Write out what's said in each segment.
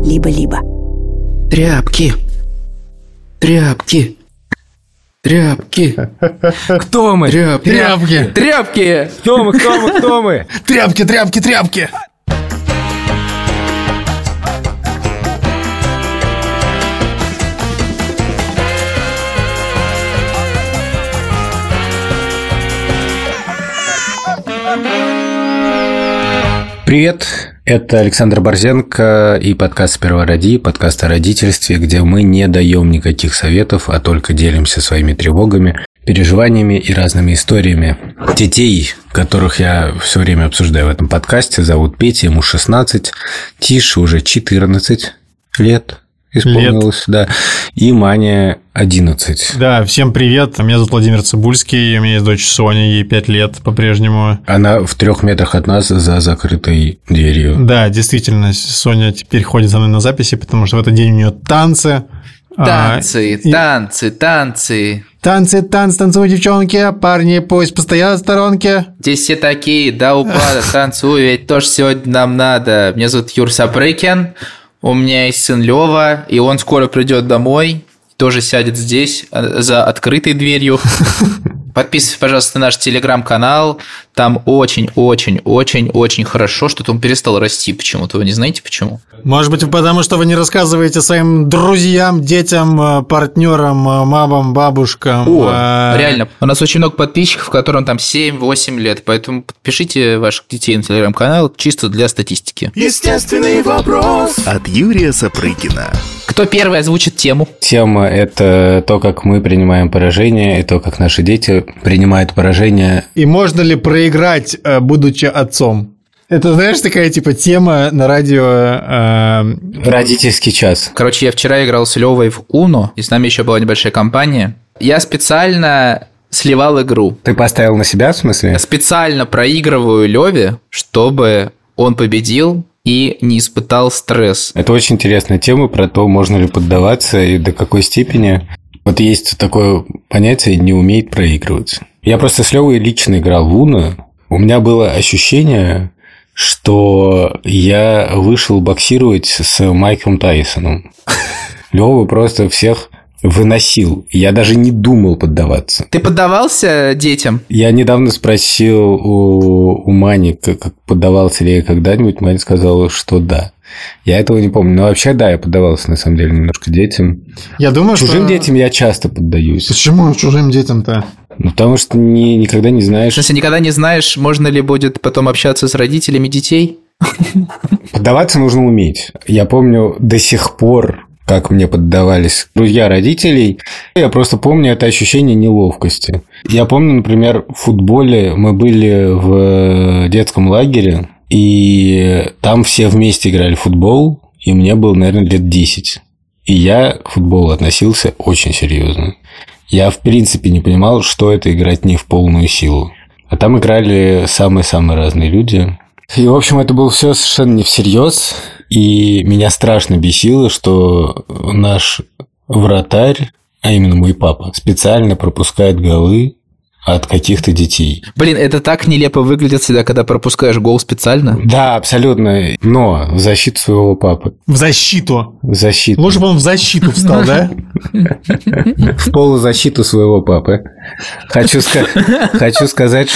либо-либо. Тряпки. Тряпки. Тряпки. Кто мы? Тряпки. Тряпки. Кто мы? Тряпки. Привет, это Александр Борзенко и подкаст «Сперва роди», подкаст о родительстве, где мы не даем никаких советов, а только делимся своими тревогами, переживаниями и разными историями. Детей, которых я все время обсуждаю в этом подкасте, зовут Петя, ему 16, Тише уже 14 лет исполнилось, да, и Мане 11. Да, всем привет, меня зовут Владимир Цибульский, у меня есть дочь Соня, ей 5 лет по-прежнему. Она в 3 метрах от нас за закрытой дверью. Да, действительно, Соня теперь ходит со мной на записи, потому что в этот день у нее танцы. Танцы, танцуют девчонки, парни пусть постоят в сторонке. Здесь все такие, до упада, танцую, ведь тоже сегодня нам надо. Меня зовут Юр Сапрыкин, у меня есть сын Лёва, и он скоро придет домой, тоже сядет здесь, за открытой дверью. Подписывайтесь, пожалуйста, на наш телеграм-канал. Там очень хорошо. Что-то он перестал расти почему-то. Вы не знаете, почему? Может быть, потому что вы не рассказываете своим друзьям, детям, партнерам, мамам, бабушкам. Реально. У нас очень много подписчиков, которым там 7-8 лет. Поэтому подпишите ваших детей на телеграм-канал чисто для статистики. Естественный вопрос от Юрия Сапрыкина. Кто первый озвучит тему? Тема – это то, как мы принимаем поражение, и то, как наши дети принимают поражение. И можно ли проиграть, будучи отцом? Это, знаешь, такая типа тема на радио... Родительский час. Короче, я вчера играл с Левой в Uno, и с нами еще была небольшая компания. Я специально сливал игру. Ты поставил на себя, в смысле? Я специально проигрываю Леве, чтобы он победил и не испытал стресс. Это очень интересная тема про то, можно ли поддаваться и до какой степени. Вот есть такое понятие «не умеет проигрывать». Я просто с Левой лично играл в Uno. У меня было ощущение, что я вышел боксировать с Майком Тайсоном. Лёва просто всех выносил. Я даже не думал поддаваться. Ты поддавался детям? Я недавно спросил у Мани, как поддавался ли я когда-нибудь. Маня сказала, что да. Я этого не помню. Но вообще, да, я поддавался, на самом деле, немножко детям. Я думаю, чужим детям я часто поддаюсь. Почему чужим детям-то? Ну, потому что никогда не знаешь... Если никогда не знаешь, можно ли будет потом общаться с родителями детей? Поддаваться нужно уметь. Я помню до сих пор, как мне поддавались друзья родителей. Я просто помню это ощущение неловкости. Я помню, например, в футболе мы были в детском лагере, и там все вместе играли в футбол, и мне было, наверное, лет 10. И я к футболу относился очень серьезно. Я, в принципе, не понимал, что это играть не в полную силу. А там играли самые-самые разные люди. И, в общем, это было все совершенно не всерьез. И меня страшно бесило, что наш вратарь, а именно мой папа, специально пропускает голы от каких-то детей. Блин, это так нелепо выглядит всегда, когда пропускаешь гол специально. Да, абсолютно. Но в защиту своего папы. В защиту? В защиту. Лучше бы он в защиту встал, да? В полузащиту своего папы. Хочу сказать,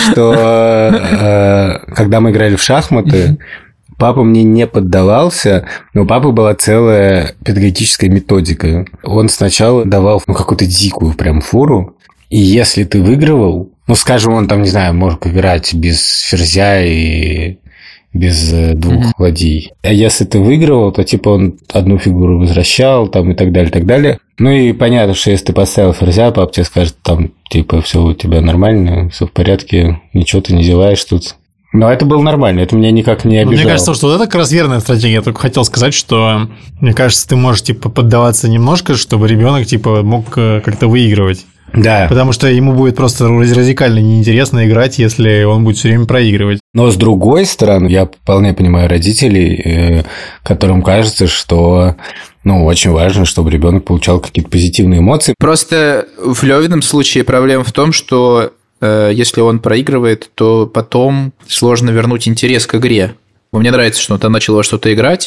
что когда мы играли в шахматы, папа мне не поддавался, но у папы была целая педагогическая методика. Он сначала давал какую-то дикую прям фору, и если ты выигрывал, скажем, он там, не знаю, мог играть без ферзя и без двух ладей. А если ты выигрывал, то типа он одну фигуру возвращал, там и так далее, и так далее. Ну и понятно, что если ты поставил ферзя, папа тебе скажет, там, типа, все у тебя нормально, все в порядке, ничего ты не делаешь тут. Но это было нормально, это меня никак не обижало. Мне кажется, что вот это как раз верная стратегия. Я только хотел сказать, что, мне кажется, ты можешь, типа, поддаваться немножко, чтобы ребенок, типа, мог как-то выигрывать. Да. Потому что ему будет просто радикально неинтересно играть, если он будет все время проигрывать. Но с другой стороны, я вполне понимаю родителей, которым кажется, что очень важно, чтобы ребенок получал какие-то позитивные эмоции. Просто в Лёвином случае проблема в том, что если он проигрывает, то потом сложно вернуть интерес к игре. Мне нравится, что он там начал во что-то играть,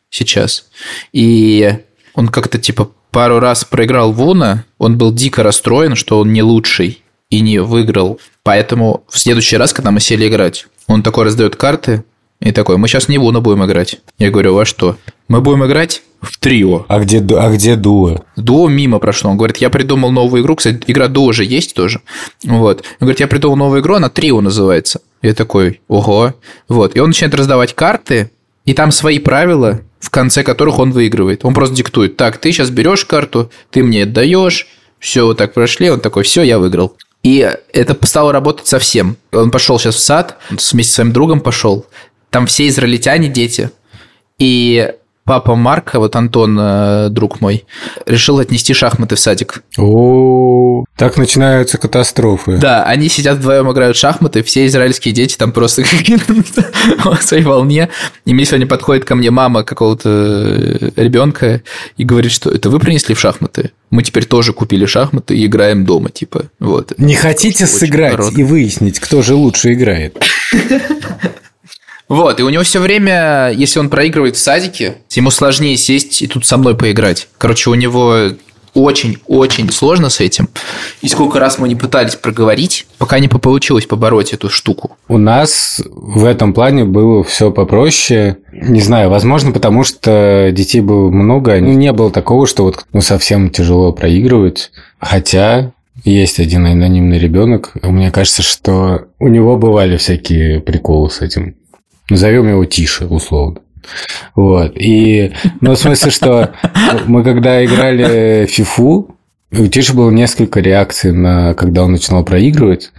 сейчас. И он как-то типа пару раз проиграл в Уно, он был дико расстроен, что он не лучший и не выиграл. Поэтому в следующий раз, когда мы сели играть, он такой раздает карты и такой: мы сейчас не в Уно будем играть. Я говорю: во что? Мы будем играть в трио. А где дуо? Дуо мимо прошло. Он говорит: я придумал новую игру. Кстати, игра дуо же есть тоже. Вот. Он говорит: я придумал новую игру, она трио называется. Я такой: ого. Вот. И он начинает раздавать карты, и там свои правила, в конце которых он выигрывает. Он просто диктует: так, ты сейчас берешь карту, ты мне отдаешь, все, вот так прошли. Он такой: все, я выиграл. И это стало работать совсем. Он пошел сейчас в сад, вместе с своим другом пошел. Там все израильтяне, дети. И папа Марка, вот Антон, друг мой, решил отнести шахматы в садик. О, так начинаются катастрофы. Да, они сидят вдвоем, играют в шахматы, все израильские дети там просто в своей волне. И мне сегодня подходит ко мне мама какого-то ребенка и говорит, что это вы принесли в шахматы? Мы теперь тоже купили шахматы и играем дома, типа. Вот. Не хотите сыграть и выяснить, кто же лучше играет? Вот, и у него все время, если он проигрывает в садике, ему сложнее сесть и тут со мной поиграть. Короче, у него очень-очень сложно с этим. И сколько раз мы не пытались проговорить, пока не получилось побороть эту штуку. У нас в этом плане было все попроще. Не знаю, возможно, потому что детей было много. Не было такого, что вот совсем тяжело проигрывать. Хотя есть один анонимный ребенок. Мне кажется, что у него бывали всякие приколы с этим. Назовем его Тише, условно. Вот. И, в смысле, что мы когда играли в фифу, у Тиши было несколько реакций, когда он начинал проигрывать.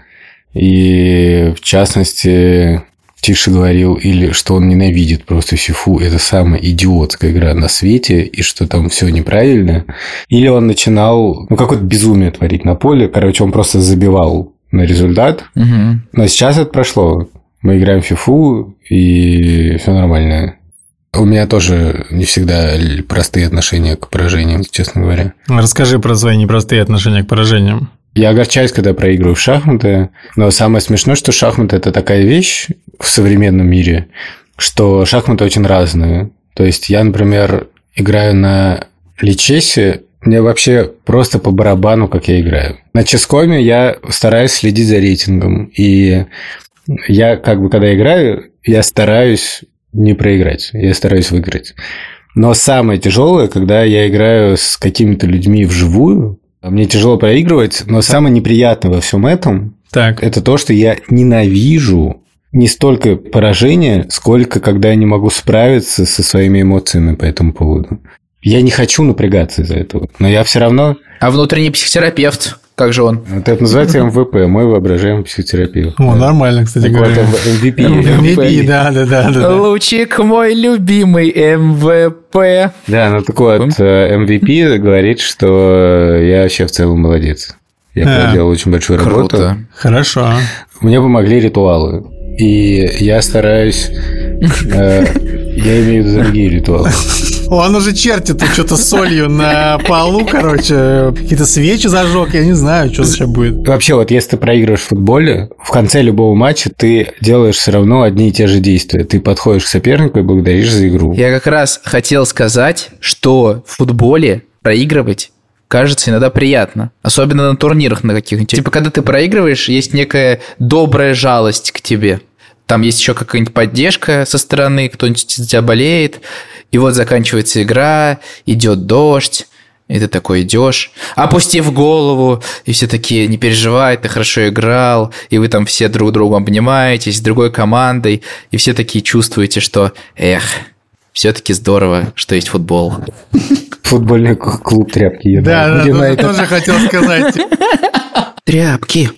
И, в частности, Тиша говорил, что он ненавидит просто фифу, это самая идиотская игра на свете, и что там все неправильно. Или он начинал какое-то безумие творить на поле. Короче, он просто забивал на результат. Угу. Но сейчас это прошло. Мы играем в фифу, и все нормально. У меня тоже не всегда простые отношения к поражениям, честно говоря. Расскажи про свои непростые отношения к поражениям. Я огорчаюсь, когда проигрываю в шахматы, но самое смешное, что шахматы – это такая вещь в современном мире, что шахматы очень разные. То есть я, например, играю на личесе, мне вообще просто по барабану, как я играю. На ческоме я стараюсь следить за рейтингом, и я когда играю, я стараюсь не проиграть, я стараюсь выиграть. Но самое тяжелое, когда я играю с какими-то людьми вживую, мне тяжело проигрывать, но самое неприятное во всем этом это то, что я ненавижу не столько поражение, сколько когда я не могу справиться со своими эмоциями по этому поводу. Я не хочу напрягаться из-за этого, но я все равно... А внутренний психотерапевт? Как же он? Вот это называется МВП, мой воображаемый психотерапевт. О, нормально, кстати говоря. MVP. MVP, да. Лучик мой любимый МВП. Да, так вот, MVP говорит, что я вообще в целом молодец. Я проделал очень большую работу. Круто. Хорошо. Мне помогли ритуалы. И я стараюсь... Я имею в виду другие ритуалы. Он уже чертит что-то солью на полу, короче, какие-то свечи зажег, я не знаю, что сейчас будет. Вообще, вот если ты проигрываешь в футболе, в конце любого матча ты делаешь все равно одни и те же действия. Ты подходишь к сопернику и благодаришь за игру. Я как раз хотел сказать, что в футболе проигрывать кажется иногда приятно. Особенно на турнирах на каких-нибудь. Типа, когда ты проигрываешь, есть некая добрая жалость к тебе. Там есть еще какая-нибудь поддержка со стороны, кто-нибудь за тебя болеет. И вот заканчивается игра, идет дождь, и ты такой идешь, опустив голову, и все такие: не переживай, ты хорошо играл, и вы там все друг друга обнимаетесь с другой командой, и все такие чувствуете, что все-таки здорово, что есть футбол. Футбольный клуб «Тряпки». Да, я тоже хотел сказать. Тряпки.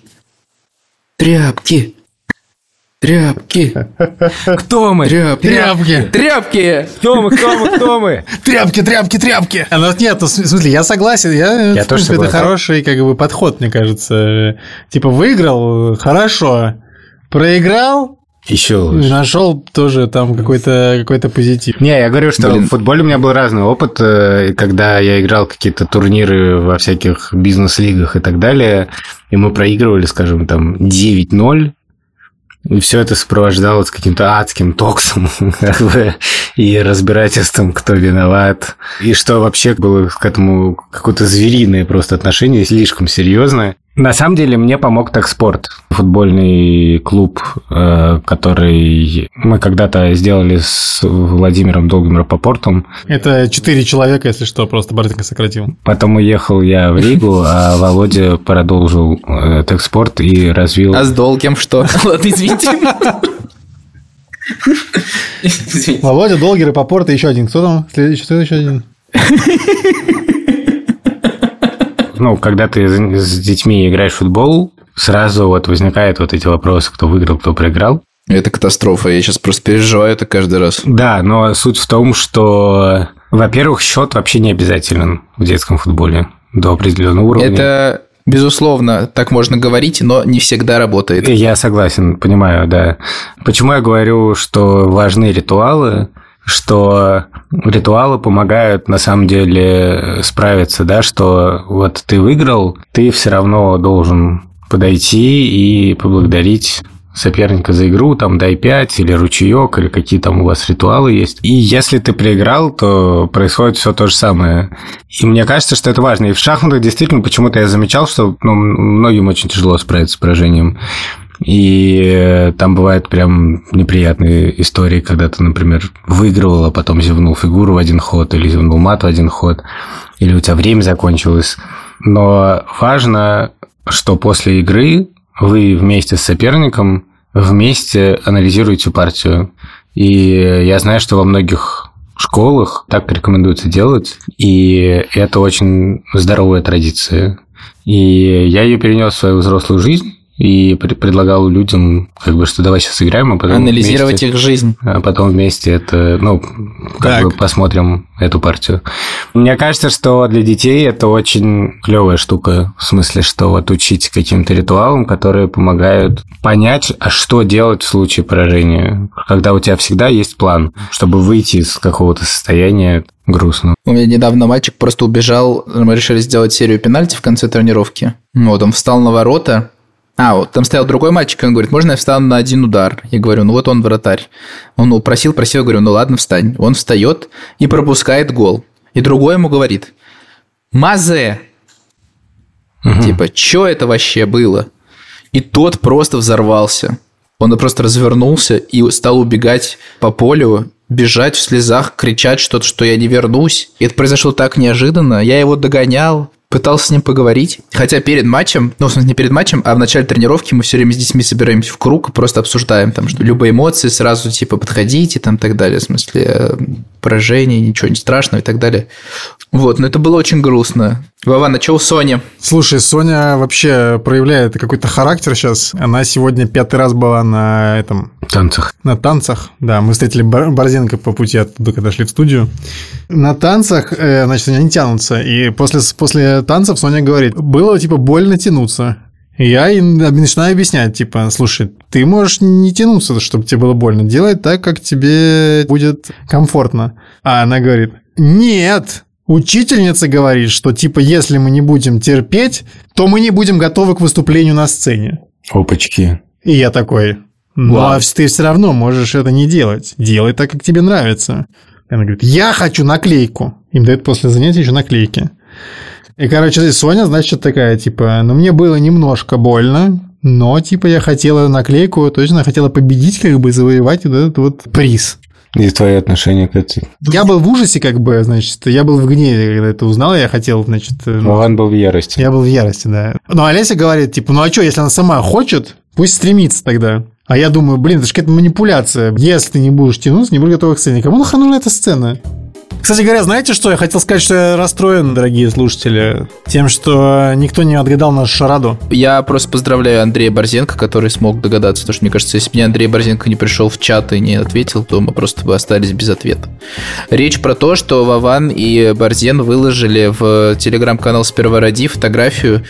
Кто мы? Тряпки. Кто мы? Тряпки. Нет, в смысле, я согласен. Я тоже согласен. Это хороший подход, мне кажется. Типа, выиграл, хорошо. Проиграл, еще лучше. Нашел тоже там какой-то позитив. Не, я говорю, что в футболе у меня был разный опыт, когда я играл какие-то турниры во всяких бизнес-лигах и так далее, и мы проигрывали, скажем, там 9-0. И все это сопровождалось каким-то адским токсом и разбирательством, кто виноват. И что вообще было к этому какое-то звериное просто отношение, слишком серьезное. На самом деле мне помог Техспорт, футбольный клуб, который мы когда-то сделали с Владимиром Долгим Рапопортом. Это 4 человека, если что, просто Борзенко сократил. Потом уехал я в Ригу, а Володя продолжил Техспорт и развил... А с Долгим что? Ладно, извините. Володя, Долгий, Рапопорт и еще один. Кто там? Следующий один. Ну, когда ты с детьми играешь в футбол, сразу вот возникают вот эти вопросы, кто выиграл, кто проиграл. Это катастрофа, я сейчас просто переживаю это каждый раз. Да, но суть в том, что, во-первых, счет вообще не обязателен в детском футболе до определенного уровня. Это, безусловно, так можно говорить, но не всегда работает. Я согласен, понимаю, да. Почему я говорю, что важны ритуалы? Что ритуалы помогают на самом деле справиться, да, что вот ты выиграл, ты все равно должен подойти и поблагодарить соперника за игру, там, дай 5 или ручеек, или какие там у вас ритуалы есть. И если ты проиграл, то происходит все то же самое. И мне кажется, что это важно. И в шахматах действительно почему-то я замечал, что многим очень тяжело справиться с поражением. И там бывают прям неприятные истории, когда ты, например, выигрывал, а потом зевнул фигуру в один ход, или зевнул мат в один ход, или у тебя время закончилось. Но важно, что после игры вы вместе с соперником вместе анализируете партию. И я знаю, что во многих школах так рекомендуется делать, и это очень здоровая традиция. И я ее перенес в свою взрослую жизнь. И предлагал людям, как бы, что давай сейчас играем, а потом анализировать вместе, их жизнь. А потом вместе это, как бы посмотрим эту партию. Мне кажется, что для детей это очень клевая штука, в смысле, что вот учить каким-то ритуалам, которые помогают понять, а что делать в случае поражения, когда у тебя всегда есть план, чтобы выйти из какого-то состояния грустного. У меня недавно мальчик просто убежал, мы решили сделать серию пенальти в конце тренировки. Вот он встал на ворота. Вот там стоял другой мальчик, он говорит, можно я встану на один удар? Я говорю, вот он вратарь. Он просил, я говорю, ладно, встань. Он встает и пропускает гол. И другой ему говорит, Мазе! Типа, что это вообще было? И тот просто взорвался. Он просто развернулся и стал убегать по полю, бежать в слезах, кричать что-то, что я не вернусь. И это произошло так неожиданно. Я его догонял, пытался с ним поговорить. Хотя перед матчем, в смысле не перед матчем, а в начале тренировки мы все время с детьми собираемся в круг и просто обсуждаем, там, что любые эмоции сразу типа подходите, там, так далее, в смысле поражение, ничего не страшного и так далее. Вот, но это было очень грустно. Вован, а что у Сони? Слушай, Соня вообще проявляет какой-то характер сейчас. Она сегодня 5-й раз была на этом... Танцах. На танцах, да. Мы встретили Борзенко по пути оттуда, когда шли в студию. На танцах, значит, они тянутся. И после танцев Соня говорит, было, типа, больно тянуться. И я им начинаю объяснять, типа, слушай, ты можешь не тянуться, чтобы тебе было больно. Делай так, как тебе будет комфортно. А она говорит, нет, учительница говорит, что, типа, если мы не будем терпеть, то мы не будем готовы к выступлению на сцене. Опачки. И я такой, ты все равно можешь это не делать. Делай так, как тебе нравится. И она говорит, я хочу наклейку. Им дают после занятия еще наклейки. И, короче, Соня, значит, такая, типа, мне было немножко больно, но, типа, я хотела наклейку, точно хотела победить, как бы, завоевать вот этот вот приз. И твои отношения к этому? Я был в ужасе, как бы, значит, я был в гневе, когда это узнал, я хотел, значит... Вован был в ярости. Я был в ярости, да. Но Олеся говорит, типа, а что, если она сама хочет, пусть стремится тогда. А я думаю, это же какая-то манипуляция. Если ты не будешь тянуться, не будешь готова к сцене. Кому нахрен нужна эта сцена? Кстати говоря, знаете что? Я хотел сказать, что я расстроен, дорогие слушатели, тем, что никто не отгадал нашу шараду. Я просто поздравляю Андрея Борзенко, который смог догадаться, потому что, мне кажется, если бы мне Андрей Борзенко не пришел в чат и не ответил, то мы просто бы остались без ответа. Речь про то, что Вован и Борзен выложили в телеграм-канал «Сперва роди» фотографию,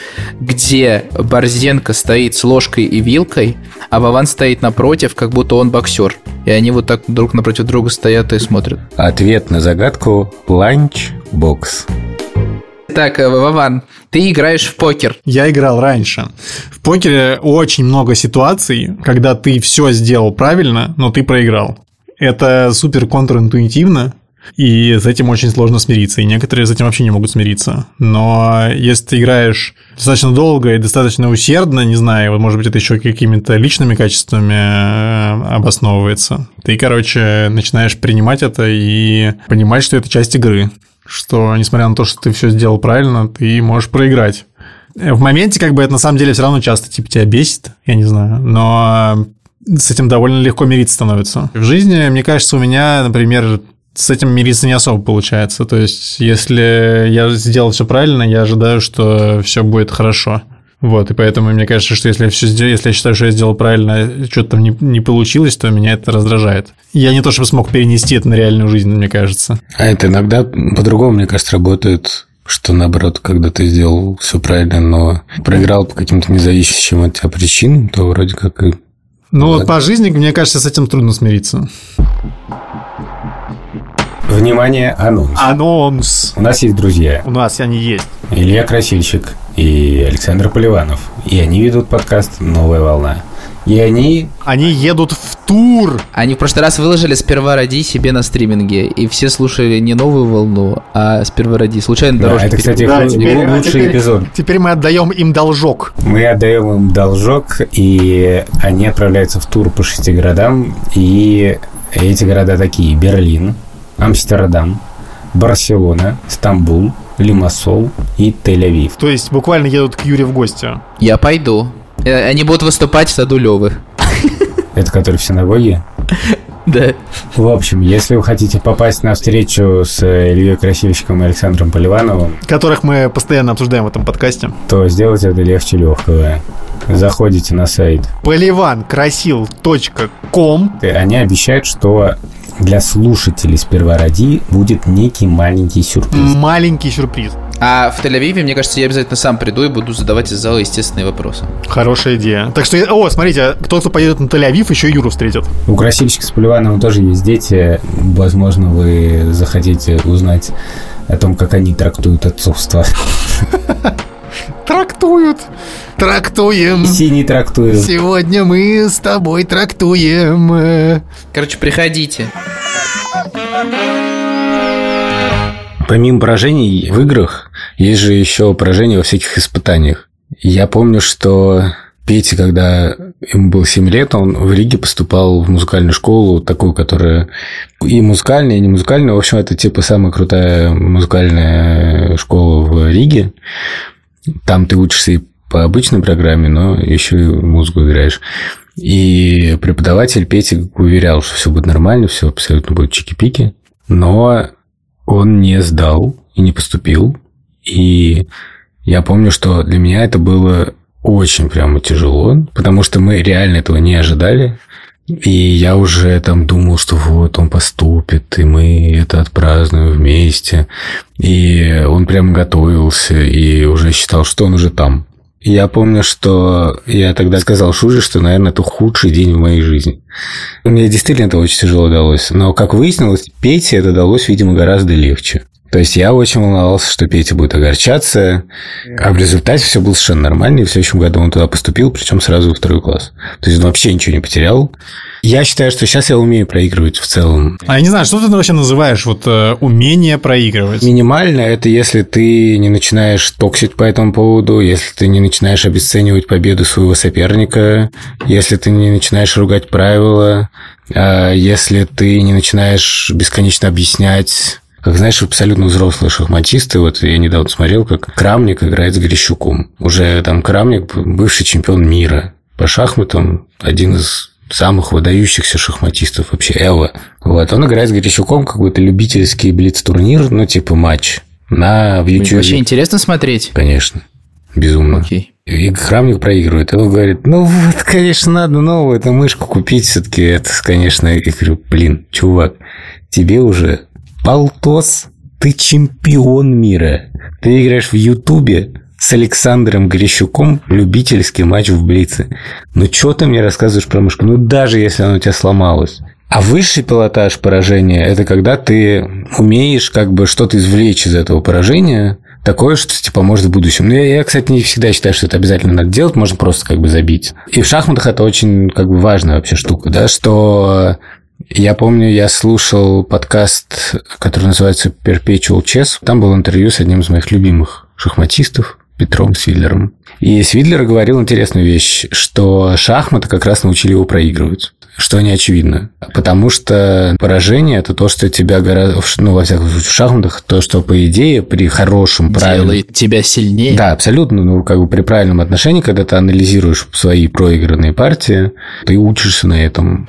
где Борзенко стоит с ложкой и вилкой, а Вован стоит напротив, как будто он боксер. И они вот так друг напротив друга стоят и смотрят. Ответ на загадку – ланчбокс. Так, Вован, ты играешь в покер. Я играл раньше. В покере очень много ситуаций, когда ты все сделал правильно, но ты проиграл. Это супер контринтуитивно, и с этим очень сложно смириться, и некоторые с этим вообще не могут смириться. Но если ты играешь достаточно долго и достаточно усердно, не знаю, может быть, это еще какими-то личными качествами обосновывается, ты, начинаешь принимать это и понимать, что это часть игры, что, несмотря на то, что ты все сделал правильно, ты можешь проиграть. В моменте, это на самом деле все равно часто тебя бесит, я не знаю, но с этим довольно легко мириться становится. В жизни, мне кажется, у меня, например, с этим мириться не особо получается. То есть, если я сделал все правильно, я ожидаю, что все будет хорошо. И поэтому мне кажется, что если я считаю, что я сделал правильно, что-то там не получилось, то меня это раздражает. Я не то чтобы смог перенести это на реальную жизнь, мне кажется. А это иногда по-другому, мне кажется, работает, что наоборот, когда ты сделал все правильно, но проиграл по каким-то независящим от тебя причинам, то вроде как и... по жизни, мне кажется, с этим трудно смириться. Внимание, анонс. Анонс. У нас есть друзья. У нас они есть. Илья Красильщик и Александр Поливанов. И они ведут подкаст «Новая волна». И они едут в тур. Они в прошлый раз выложили «Сперва роди» себе на стриминге, и все слушали не «Новую волну», а «Сперва роди». Случайно дорожки. Это, кстати, лучший эпизод. Теперь мы отдаем им должок. Мы отдаем им должок, и они отправляются в тур по 6 городам. И эти города такие: Берлин, Амстердам, Барселона, Стамбул, Лимассол и Тель-Авив. То есть буквально едут к Юре в гости. Я пойду. Они будут выступать в саду Лёвы. Это который в синагоге? Да. В общем, если вы хотите попасть на встречу с Ильей Красильщиком и Александром Поливановым, которых мы постоянно обсуждаем в этом подкасте, то сделать это легче легкого. Заходите на сайт polivankrasil.com. Они обещают, что для слушателей «Сперва роди» будет некий маленький сюрприз. Маленький сюрприз. А в Тель-Авиве, мне кажется, я обязательно сам приду и буду задавать из зала естественные вопросы. Хорошая идея. Так что, смотрите, кто поедет на Тель-Авив, еще и Юру встретит. У Красильщика с Поливановым тоже есть дети. Возможно, вы захотите узнать о том, как они трактуют отцовство. Трактуем. Синий трактуем. Сегодня мы с тобой трактуем. Приходите. Помимо поражений в играх, есть же еще поражения во всяких испытаниях. Я помню, что Петя, когда ему было 7 лет, он в Риге поступал в музыкальную школу, такую, которая и музыкальная, и не музыкальная. В общем, это типа самая крутая музыкальная школа в Риге. Там ты учишься и по обычной программе, но еще и музыку играешь. И преподаватель Петя уверял, что все будет нормально, все абсолютно будет чики-пики. Но он не сдал и не поступил. И я помню, что для меня это было очень прямо тяжело, потому что мы реально этого не ожидали. И я уже там думал, что вот он поступит, и мы это отпразднуем вместе. И он прям готовился, и уже считал, что он уже там. И я помню, что я тогда сказал Шуже, что, наверное, это худший день в моей жизни. Мне действительно это очень тяжело далось. Но, как выяснилось, Пете это далось, видимо, гораздо легче. То есть я очень волновался, что Петя будет огорчаться, а в результате все было совершенно нормально, и в следующем году он туда поступил, причем сразу во 2 класс. То есть он вообще ничего не потерял. Я считаю, что сейчас я умею проигрывать в целом. А я не знаю, что ты вообще называешь умение проигрывать? Минимально это если ты не начинаешь токсить по этому поводу, если ты не начинаешь обесценивать победу своего соперника, если ты не начинаешь ругать правила, если ты не начинаешь бесконечно объяснять. Как знаешь, абсолютно взрослые шахматисты. Вот я недавно смотрел, как Крамник играет с Грищуком. Уже там Крамник бывший чемпион мира по шахматам, один из самых выдающихся шахматистов вообще эва. Вот он играет с Грищуком, какой-то любительский блиц-турнир, типа матч в YouTube. Вообще интересно смотреть? Конечно. Безумно. Окей. И Крамник проигрывает. И он говорит, конечно, надо новую эту мышку купить. Все-таки это, конечно, я говорю, чувак, тебе уже полтос, ты чемпион мира. Ты играешь в Ютубе с Александром Грищуком любительский матч в Блице. Что ты мне рассказываешь про мышку? Даже если она у тебя сломалась. А высший пилотаж поражения – это когда ты умеешь что-то извлечь из этого поражения, такое, что, типа, может в будущем. Но я, кстати, не всегда считаю, что это обязательно надо делать, можно просто как бы забить. И в шахматах это очень как бы важная вообще штука, да, что я помню, я слушал подкаст, который называется Perpetual Chess. Там было интервью с одним из моих любимых шахматистов, Петром Свидлером. И Свидлер говорил интересную вещь, что шахматы как раз научили его проигрывать. Что не очевидно. Потому что поражение – это то, что тебя гораздо... Ну, во всяком случае, в шахматах, то, что, по идее, при хорошем, правильном... Делает тебя сильнее. Да, абсолютно. Ну, как бы при правильном отношении, когда ты анализируешь свои проигранные партии, ты учишься на этом.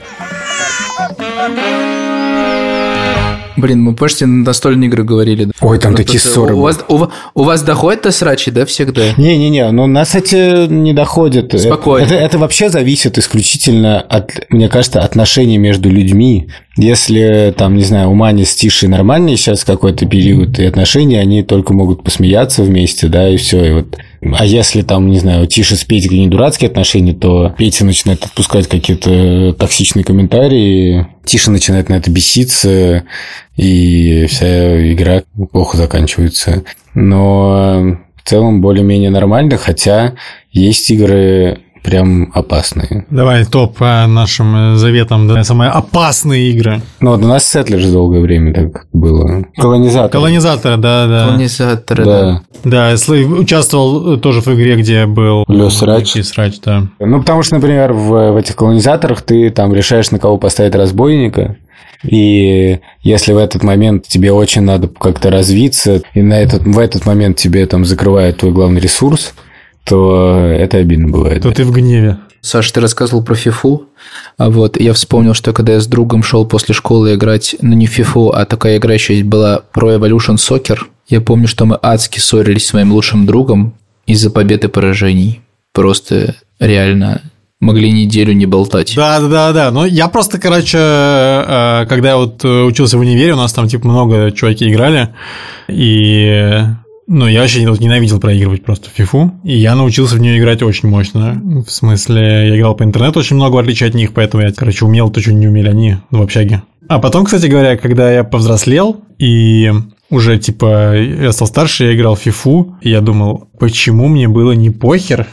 Блин, мы, помните, на настольные игры говорили. Ой, там такие ссоры. У вас доходит до срачи, да, всегда? Не-не-не, но у нас эти не доходят. Спокойно. Это вообще зависит исключительно от, мне кажется, отношений между людьми. Если, там, не знаю, у Мани с Тишей нормальные сейчас какой-то период, и отношения, они только могут посмеяться вместе, да, и все. И вот. А если там, не знаю, у Тиши с Петей не дурацкие отношения, то Петя начинает отпускать какие-то токсичные комментарии, Тиша начинает на это беситься, и вся игра плохо заканчивается. Но в целом более-менее нормально, хотя есть игры прям опасные. Давай топ по нашим заветам, да, самые опасные игры. Ну, вот у нас Settlers долгое время так было. Колонизаторы, да. Колонизаторы, да. Да, участвовал тоже в игре, где был... Срач, да. Ну, потому что, например, в этих колонизаторах ты там решаешь, на кого поставить разбойника, и если в этот момент тебе очень надо как-то развиться, и в этот момент тебе там закрывают твой главный ресурс, то это обидно бывает. То ты в гневе. Саша, ты рассказывал про фифу, а вот я вспомнил, что когда я с другом шел после школы играть, ну не в фифу, а такая игра еще была Pro Evolution Soccer, я помню, что мы адски ссорились с моим лучшим другом из-за побед и поражений. Просто реально могли неделю не болтать. Да. Ну, я просто, короче, когда я вот учился в универе, у нас там типа много чуваки играли, и... Ну, я вообще ненавидел проигрывать просто в фифу, и я научился в нее играть очень мощно. В смысле, я играл по интернету очень много, в отличие от них, поэтому я, короче, умел то, что не умели они в общаге. А потом, кстати говоря, когда я повзрослел, и уже, типа, я стал старше, я играл в фифу, и я думал, почему мне было не похер,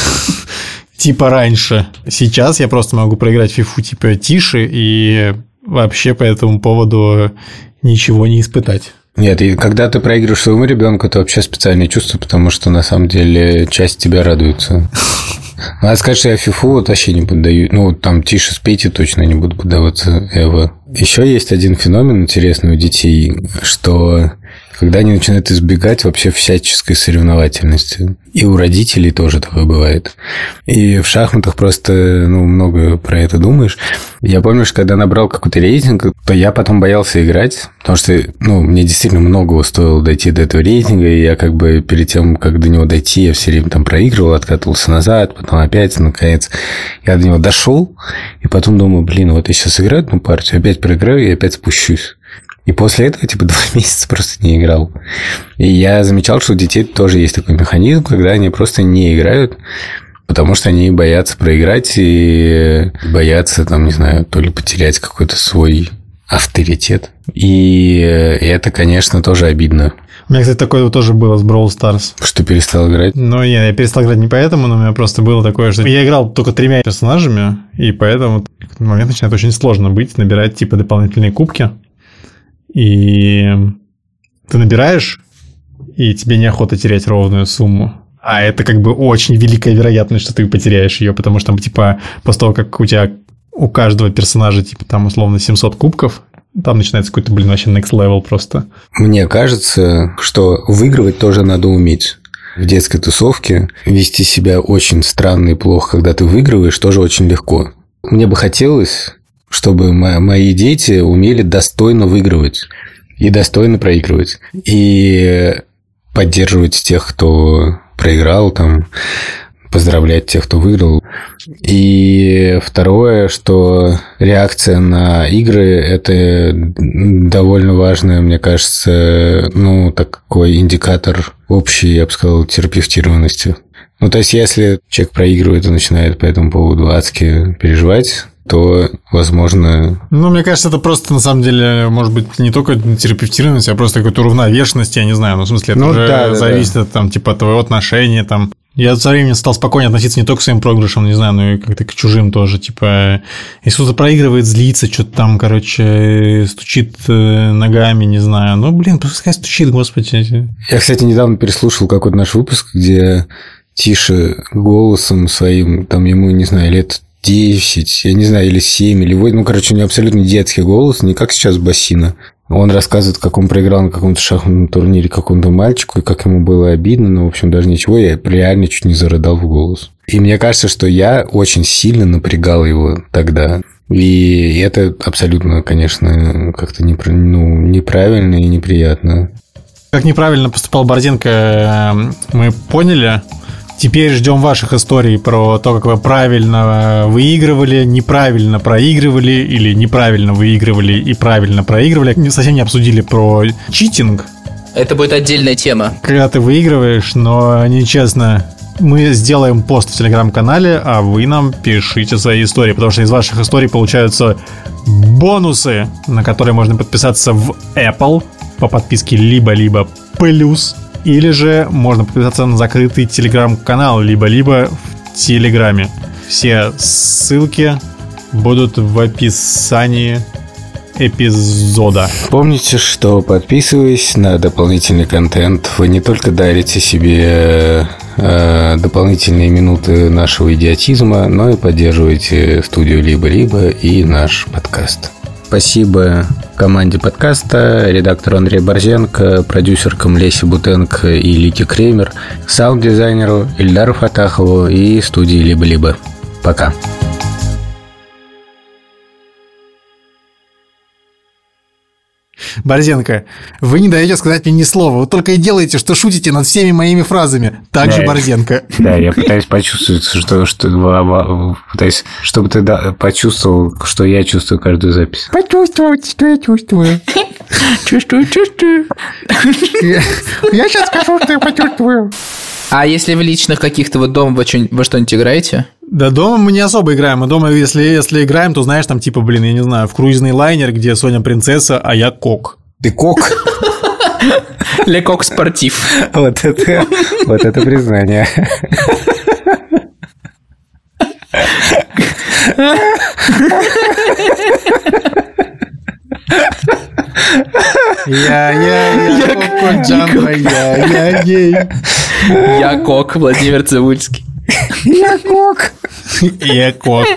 типа, раньше. Сейчас я просто могу проиграть в фифу, типа, тише, и вообще по этому поводу ничего не испытать. Нет, и когда ты проигрываешь своему ребенку, это вообще специальное чувство, потому что на самом деле часть тебя радуется. Надо сказать, что я фифу вот вообще не поддаю. Ну, там Тише с Петей точно не буду поддаваться Эва. Еще есть один феномен интересный у детей, что когда они начинают избегать вообще всяческой соревновательности. И у родителей тоже такое бывает. И в шахматах просто, много про это думаешь. Я помню, что когда набрал какой-то рейтинг, то я потом боялся играть, потому что, мне действительно многого стоило дойти до этого рейтинга, и я как бы перед тем, как до него дойти, я все время там проигрывал, откатывался назад, потом опять, наконец, я до него дошел, и потом думаю, вот я сейчас играю одну партию, опять проиграю и опять спущусь. И после этого, 2 месяца просто не играл. И я замечал, что у детей тоже есть такой механизм, когда они просто не играют, потому что они боятся проиграть и боятся, то ли потерять какой-то свой авторитет. И это, конечно, тоже обидно. У меня, кстати, такое тоже было с Brawl Stars. Что перестал играть? Я перестал играть не поэтому, но у меня просто было такое, что я играл только 3 персонажами, и поэтому в какой-то момент начинает очень сложно набирать, дополнительные кубки. И ты набираешь, и тебе неохота терять ровную сумму. А это как бы очень великая вероятность, что ты потеряешь ее, потому что после того, как у тебя у каждого персонажа условно 700 кубков, там начинается какой-то, вообще next level просто. Мне кажется, что выигрывать тоже надо уметь. В детской тусовке вести себя очень странно и плохо, когда ты выигрываешь, тоже очень легко. Мне бы хотелось, чтобы мои дети умели достойно выигрывать и достойно проигрывать. И поддерживать тех, кто проиграл, поздравлять тех, кто выиграл. И второе, что реакция на игры – это довольно важный, мне кажется, такой индикатор общей, я бы сказал, терапевтированности. То есть, если человек проигрывает и начинает по этому поводу адски переживать, то, возможно... Ну, мне кажется, это просто, на самом деле, может быть, не только терапевтированность, а просто какая-то уравновешенность, я не знаю. Ну, в смысле, это уже зависит от, там, типа, твоего отношения, там... Я со временем стал спокойнее относиться не только к своим проигрышам, не знаю, но и как-то к чужим тоже. Типа, если кто-то проигрывает, злится, что-то там, короче, стучит ногами, не знаю. Ну, блин, пускай стучит, господи. Я, кстати, недавно переслушал какой-то наш выпуск, где Тише голосом своим, там ему, не знаю, лет 10, я не знаю, или 7, или 8, ну, короче, у него абсолютно детский голос, не как сейчас Басина. Он рассказывает, как он проиграл на каком-то шахматном турнире какому-то мальчику, и как ему было обидно, но, в общем, даже ничего, я реально чуть не зарыдал в голос. И мне кажется, что я очень сильно напрягал его тогда. И это абсолютно, конечно, как-то неправильно и неприятно. Как неправильно поступал Борзенко, мы поняли. Теперь ждем ваших историй про то, как вы правильно выигрывали, неправильно проигрывали или неправильно выигрывали и правильно проигрывали. Мы совсем не обсудили про читинг. Это будет отдельная тема. Когда ты выигрываешь, но нечестно. Мы сделаем пост в Телеграм-канале, а вы нам пишите свои истории, потому что из ваших историй получаются бонусы, на которые можно подписаться в Apple по подписке либо плюс. Или же можно подписаться на закрытый телеграм-канал, либо в Телеграме. Все ссылки будут в описании эпизода. Помните, что, подписываясь на дополнительный контент, вы не только дарите себе дополнительные минуты нашего идиотизма, но и поддерживаете студию «Либо-либо» и наш подкаст. Спасибо команде подкаста, редактору Андрею Борзенко, продюсеркам Лесе Бутенко и Лике Кремер, саунд-дизайнеру Ильдару Фатахову и студии «Либо-либо». Пока. Борзенко, вы не даете сказать мне ни слова. Вы только и делаете, что шутите над всеми моими фразами. Так же, Борзенко. Да, я пытаюсь почувствовать, чтобы ты почувствовал, что я чувствую каждую запись. Почувствовать, что я чувствую. Чувствую. Я сейчас скажу, что я почувствую. А если в личных каких-то вот дома вы что-нибудь играете? Да, дома мы не особо играем. Мы дома, если играем, то, знаешь, там типа, я не знаю, в круизный лайнер, где Соня принцесса, а я кок. Ты кок? Ле кок спортив. Вот это признание. Я кок, Владимир Цивульский. Я кок. Я кок.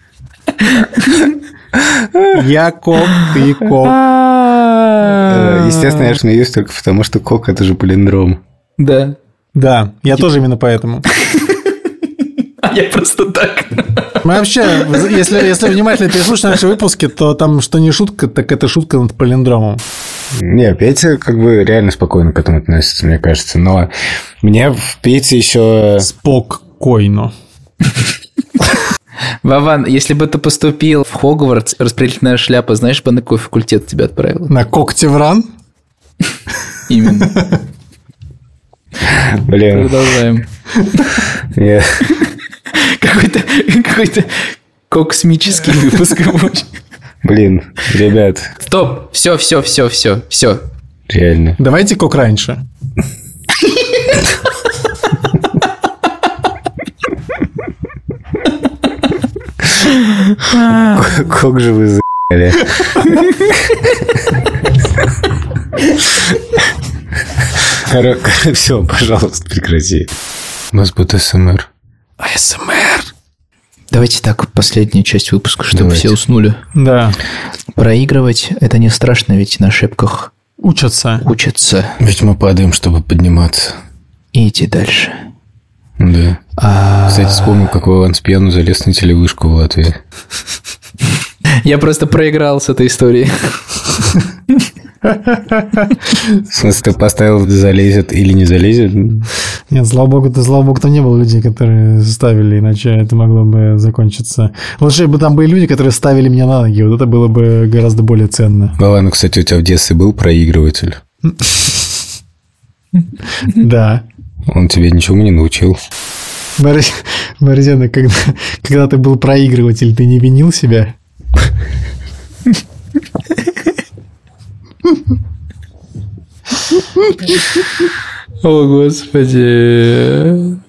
Я кок, ты кок. Естественно, я смеюсь только потому, что кок – это же палиндром. Да. Да, я тоже именно поэтому. А я просто так. Мы вообще, если внимательно переслушать наши выпуски, то там что не шутка, так это шутка над палиндромом. Не, Петя как бы реально спокойно к этому относится, мне кажется. Но мне в Пете еще... Спокойно. Вован, если бы ты поступил в Хогвартс, распределительная шляпа, знаешь бы, на какой факультет тебя отправила? На Когтевран? Именно. Блин. Продолжаем. Какой-то космический выпуск. Блин, ребят. Стоп, все. Реально. Давайте кок раньше. Как же вы за***ли. Все, пожалуйста, прекрати. У нас будет АСМР. АСМР. Давайте так, последняя часть выпуска, чтобы все уснули. Да. Проигрывать – это не страшно, ведь на ошибках учатся. Ведь мы падаем, чтобы подниматься. И идти дальше. Да. Кстати, вспомнил, как Вован с пьяну залез на телевышку в Латвии. Я просто проиграл с этой историей. В смысле, ты поставил, залезет или не залезет? Нет, слава богу, там не было людей, которые ставили, иначе это могло бы закончиться. Лучше бы там были люди, которые ставили меня на ноги, вот это было бы гораздо более ценно. Вован, кстати, у тебя в детстве был проигрыватель? Да. Он тебя ничему не научил. Борзена, когда ты был проигрыватель, ты не винил себя? О, Господи.